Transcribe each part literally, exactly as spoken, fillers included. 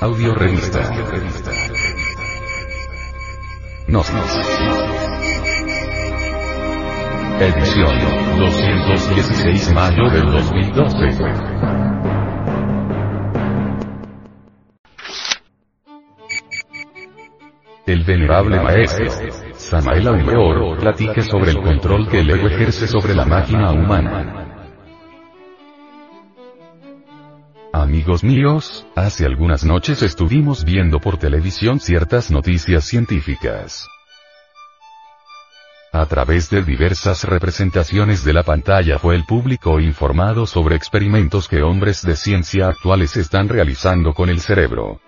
Audio revista. Gnosis. Edición doscientos dieciséis mayo del dos mil doce. El venerable maestro Samael Aun Weor platica sobre el control que el ego ejerce sobre la máquina humana. Amigos míos, hace algunas noches estuvimos viendo por televisión ciertas noticias científicas. A través de diversas representaciones de la pantalla fue el público informado sobre experimentos que hombres de ciencia actuales están realizando con el cerebro.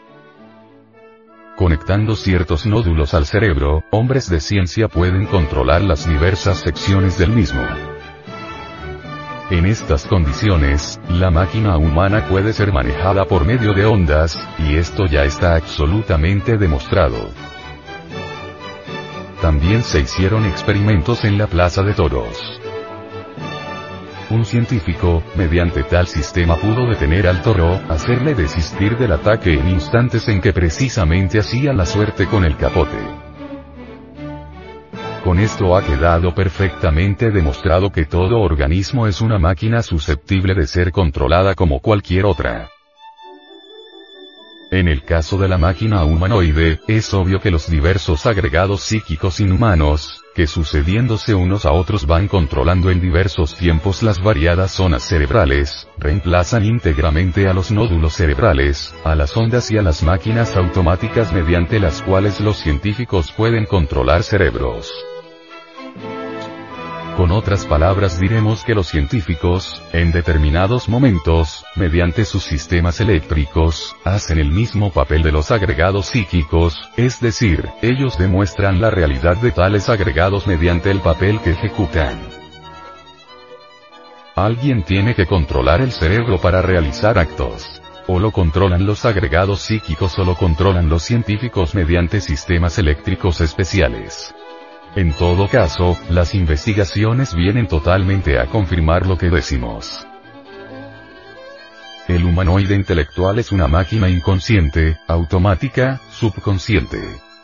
Conectando ciertos nódulos al cerebro, hombres de ciencia pueden controlar las diversas secciones del mismo. En estas condiciones, la máquina humana puede ser manejada por medio de ondas, y esto ya está absolutamente demostrado. También se hicieron experimentos en la Plaza de Toros. Un científico, mediante tal sistema pudo detener al toro, hacerle desistir del ataque en instantes en que precisamente hacía la suerte con el capote. Con esto ha quedado perfectamente demostrado que todo organismo es una máquina susceptible de ser controlada como cualquier otra. En el caso de la máquina humanoide, es obvio que los diversos agregados psíquicos inhumanos, que sucediéndose unos a otros van controlando en diversos tiempos las variadas zonas cerebrales, reemplazan íntegramente a los nódulos cerebrales, a las ondas y a las máquinas automáticas mediante las cuales los científicos pueden controlar cerebros. Con otras palabras diremos que los científicos, en determinados momentos, mediante sus sistemas eléctricos, hacen el mismo papel de los agregados psíquicos, es decir, ellos demuestran la realidad de tales agregados mediante el papel que ejecutan. Alguien tiene que controlar el cerebro para realizar actos. O lo controlan los agregados psíquicos o lo controlan los científicos mediante sistemas eléctricos especiales. En todo caso, las investigaciones vienen totalmente a confirmar lo que decimos. El humanoide intelectual es una máquina inconsciente, automática, subconsciente.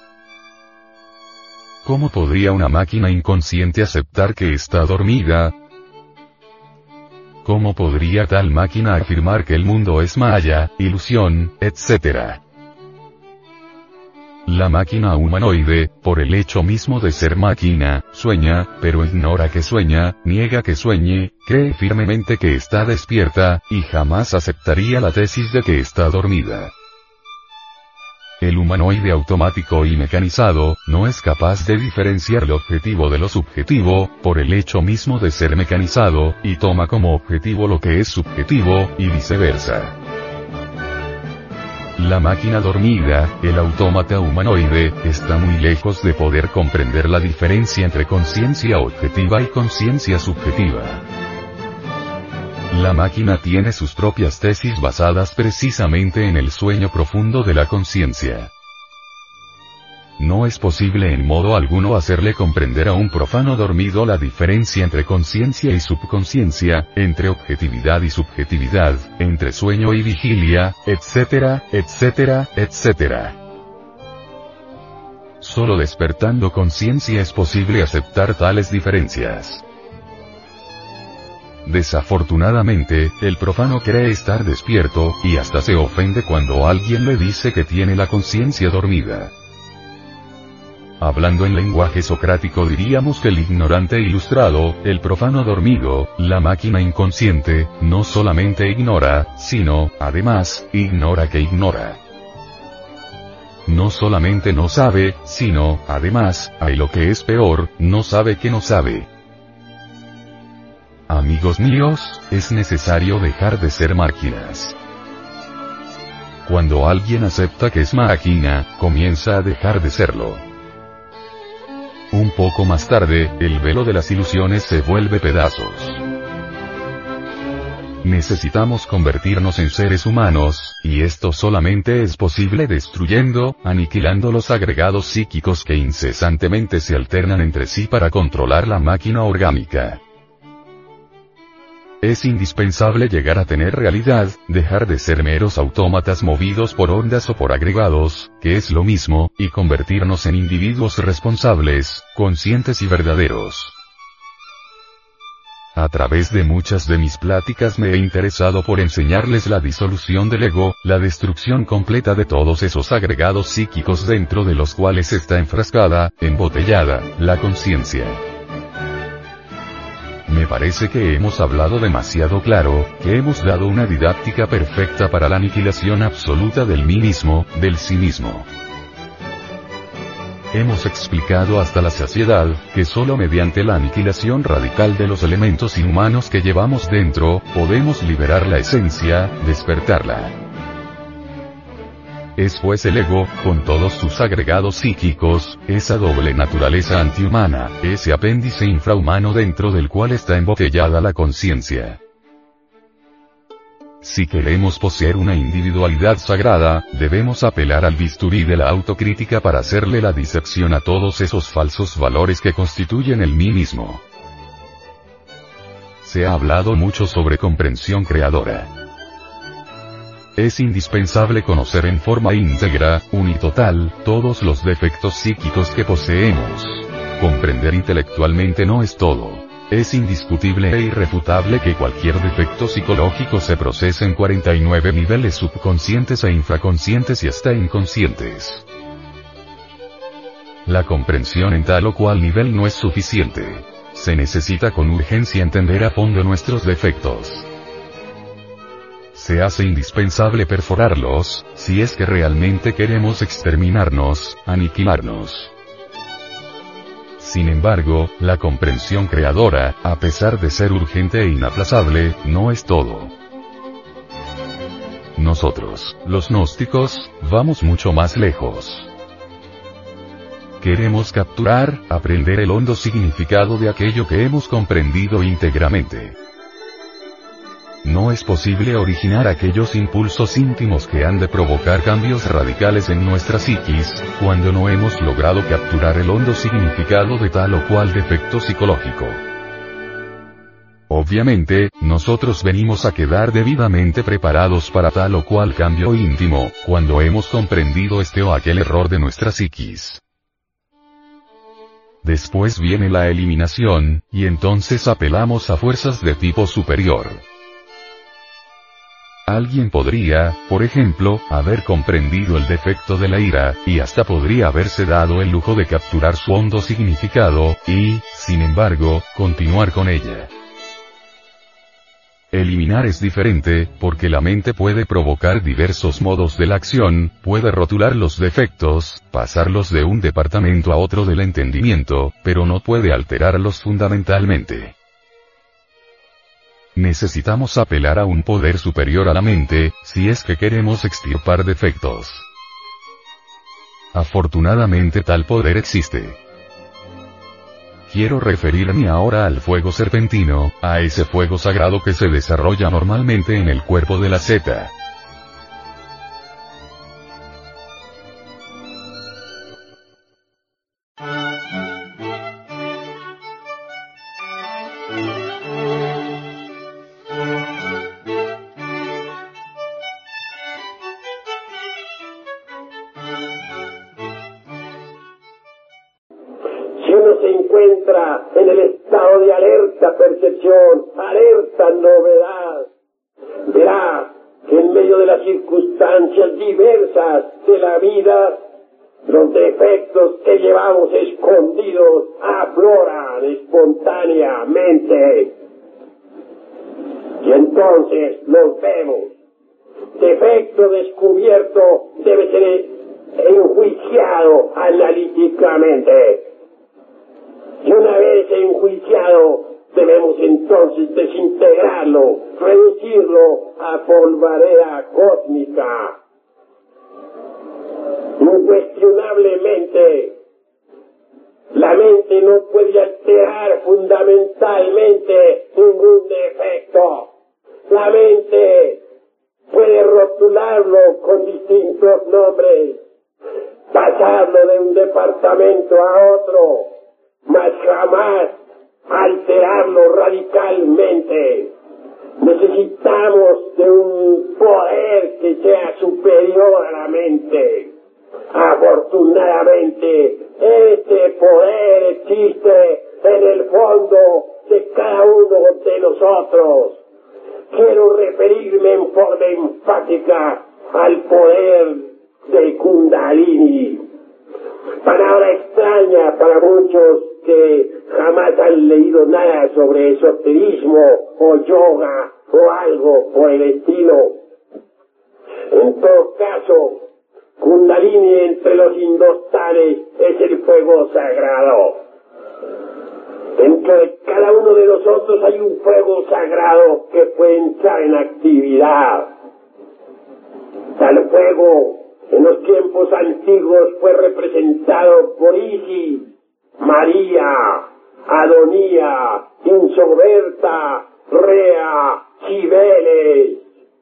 ¿Cómo podría una máquina inconsciente aceptar que está dormida? ¿Cómo podría tal máquina afirmar que el mundo es maya, ilusión, etcétera? La máquina humanoide, por el hecho mismo de ser máquina, sueña, pero ignora que sueña, niega que sueñe, cree firmemente que está despierta, y jamás aceptaría la tesis de que está dormida. El humanoide automático y mecanizado, no es capaz de diferenciar lo objetivo de lo subjetivo, por el hecho mismo de ser mecanizado, y toma como objetivo lo que es subjetivo, y viceversa. La máquina dormida, el autómata humanoide, está muy lejos de poder comprender la diferencia entre conciencia objetiva y conciencia subjetiva. La máquina tiene sus propias tesis basadas precisamente en el sueño profundo de la conciencia. No es posible en modo alguno hacerle comprender a un profano dormido la diferencia entre conciencia y subconsciencia, entre objetividad y subjetividad, entre sueño y vigilia, etcétera, etcétera, etcétera. Solo despertando conciencia es posible aceptar tales diferencias. Desafortunadamente, el profano cree estar despierto, y hasta se ofende cuando alguien le dice que tiene la conciencia dormida. Hablando en lenguaje socrático diríamos que el ignorante ilustrado, el profano dormido, la máquina inconsciente, no solamente ignora, sino, además, ignora que ignora. No solamente no sabe, sino, además, hay lo que es peor, no sabe que no sabe. Amigos míos, es necesario dejar de ser máquinas. Cuando alguien acepta que es máquina, comienza a dejar de serlo. Un poco más tarde, el velo de las ilusiones se vuelve pedazos. Necesitamos convertirnos en seres humanos, y esto solamente es posible destruyendo, aniquilando los agregados psíquicos que incesantemente se alternan entre sí para controlar la máquina orgánica. Es indispensable llegar a tener realidad, dejar de ser meros autómatas movidos por ondas o por agregados, que es lo mismo, y convertirnos en individuos responsables, conscientes y verdaderos. A través de muchas de mis pláticas me he interesado por enseñarles la disolución del ego, la destrucción completa de todos esos agregados psíquicos dentro de los cuales está enfrascada, embotellada, la conciencia. Me parece que hemos hablado demasiado claro, que hemos dado una didáctica perfecta para la aniquilación absoluta del mí mismo, del sí mismo. Hemos explicado hasta la saciedad, que solo mediante la aniquilación radical de los elementos inhumanos que llevamos dentro, podemos liberar la esencia, despertarla. Es pues el ego, con todos sus agregados psíquicos, esa doble naturaleza antihumana, ese apéndice infrahumano dentro del cual está embotellada la conciencia. Si queremos poseer una individualidad sagrada, debemos apelar al bisturí de la autocrítica para hacerle la disección a todos esos falsos valores que constituyen el mí mismo. Se ha hablado mucho sobre comprensión creadora. Es indispensable conocer en forma íntegra, unitotal, todos los defectos psíquicos que poseemos. Comprender intelectualmente no es todo. Es indiscutible e irrefutable que cualquier defecto psicológico se procesa en cuarenta y nueve niveles subconscientes e infraconscientes y hasta inconscientes. La comprensión en tal o cual nivel no es suficiente. Se necesita con urgencia entender a fondo nuestros defectos. Se hace indispensable perforarlos, si es que realmente queremos exterminarnos, aniquilarnos. Sin embargo, la comprensión creadora, a pesar de ser urgente e inaplazable, no es todo. Nosotros, los gnósticos, vamos mucho más lejos. Queremos capturar, aprender el hondo significado de aquello que hemos comprendido íntegramente. No es posible originar aquellos impulsos íntimos que han de provocar cambios radicales en nuestra psiquis, cuando no hemos logrado capturar el hondo significado de tal o cual defecto psicológico. Obviamente, nosotros venimos a quedar debidamente preparados para tal o cual cambio íntimo, cuando hemos comprendido este o aquel error de nuestra psiquis. Después viene la eliminación, y entonces apelamos a fuerzas de tipo superior. Alguien podría, por ejemplo, haber comprendido el defecto de la ira, y hasta podría haberse dado el lujo de capturar su hondo significado, y, sin embargo, continuar con ella. Eliminar es diferente, porque la mente puede provocar diversos modos de la acción, puede rotular los defectos, pasarlos de un departamento a otro del entendimiento, pero no puede alterarlos fundamentalmente. Necesitamos apelar a un poder superior a la mente, si es que queremos extirpar defectos. Afortunadamente tal poder existe. Quiero referirme ahora al fuego serpentino, a ese fuego sagrado que se desarrolla normalmente en el cuerpo de la Zeta. Si uno se encuentra en el estado de alerta percepción, alerta novedad, verá que en medio de las circunstancias diversas de la vida, los defectos que llevamos escondidos afloran espontáneamente. Y entonces los vemos. Defecto descubierto debe ser enjuiciado analíticamente. Y una vez enjuiciado, debemos entonces desintegrarlo, reducirlo a polvareda cósmica. Incuestionablemente, la mente no puede alterar fundamentalmente ningún defecto. La mente puede rotularlo con distintos nombres, pasarlo de un departamento a otro, mas jamás alterarlo radicalmente. Necesitamos de un poder que sea superior a la mente. Afortunadamente, este poder existe en el fondo de cada uno de nosotros. Quiero referirme en forma enfática al poder de Kundalini. Palabra extraña para muchos que jamás han leído nada sobre esoterismo o yoga o algo por el estilo. En todo caso, Kundalini entre los hindustanes es el fuego sagrado. Dentro de cada uno de nosotros hay un fuego sagrado que puede entrar en actividad. Tal fuego en los tiempos antiguos fue representado por Isis, María, Adonía, Insoberta, Rea, Cibeles,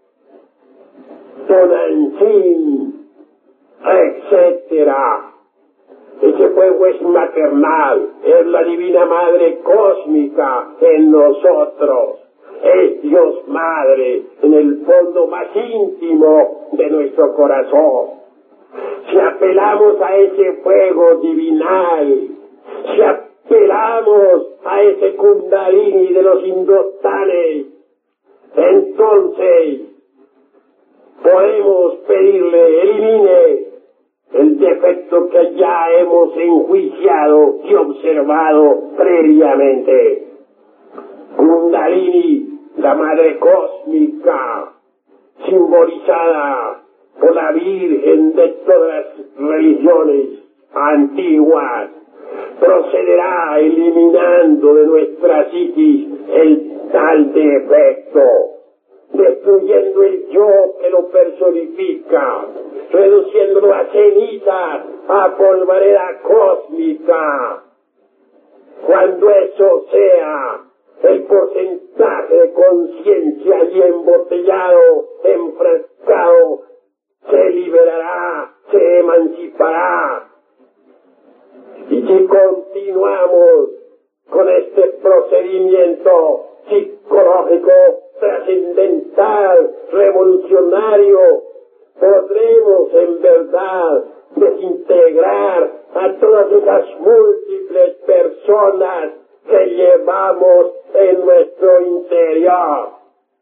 Tonantzin, etcétera. Ese fuego es maternal, es la divina madre cósmica en nosotros. Es Dios Madre en el fondo más íntimo de nuestro corazón. Si apelamos a ese fuego divinal, si apelamos a ese Kundalini de los hindustanes, entonces podemos pedirle elimine el defecto que ya hemos enjuiciado y observado previamente. Kundalini, la madre cósmica, simbolizada por la Virgen de todas las religiones antiguas, procederá eliminando de nuestra psiquis el tal defecto, destruyendo el yo que lo personifica, reduciéndolo a ceniza, a polvareda cósmica. Cuando eso sea, el porcentaje de conciencia allí embotellado, enfrascado, se liberará, se emancipará. Y si continuamos con este procedimiento psicológico trascendental, revolucionario, podremos en verdad desintegrar a todas esas múltiples personas que llevamos en nuestro interior.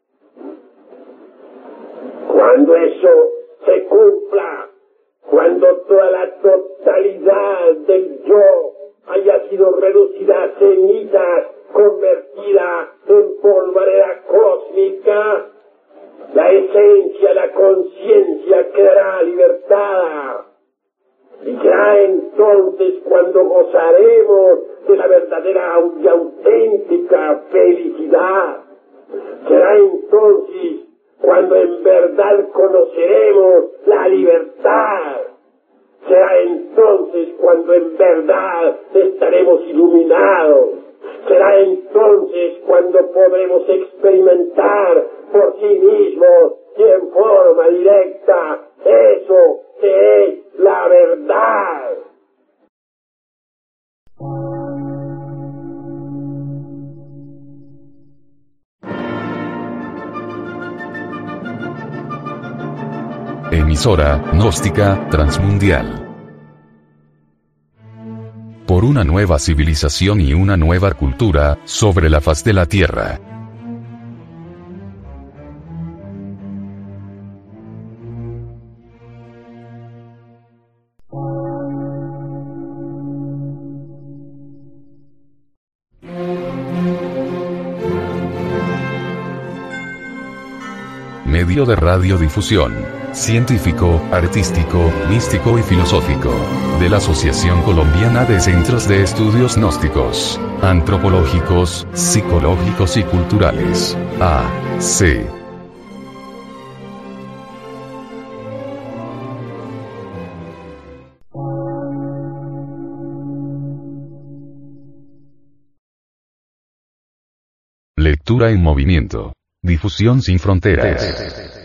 Cuando eso se cumpla, cuando toda la totalidad del yo haya sido reducida a cenizas, convertida en polvareda cósmica, la esencia, la conciencia quedará libertada. Y será entonces cuando gozaremos de la verdadera y auténtica felicidad. Será entonces cuando en verdad conoceremos la libertad. Será entonces cuando en verdad estaremos iluminados. Será entonces cuando podremos experimentar por sí mismos y en forma directa eso que es la verdad. Emisora gnóstica transmundial. Por una nueva civilización y una nueva cultura sobre la faz de la Tierra. Medio de radiodifusión, científico, artístico, místico y filosófico, de la Asociación Colombiana de Centros de Estudios Gnósticos, Antropológicos, Psicológicos y Culturales, A C Lectura en movimiento. Difusión sin fronteras.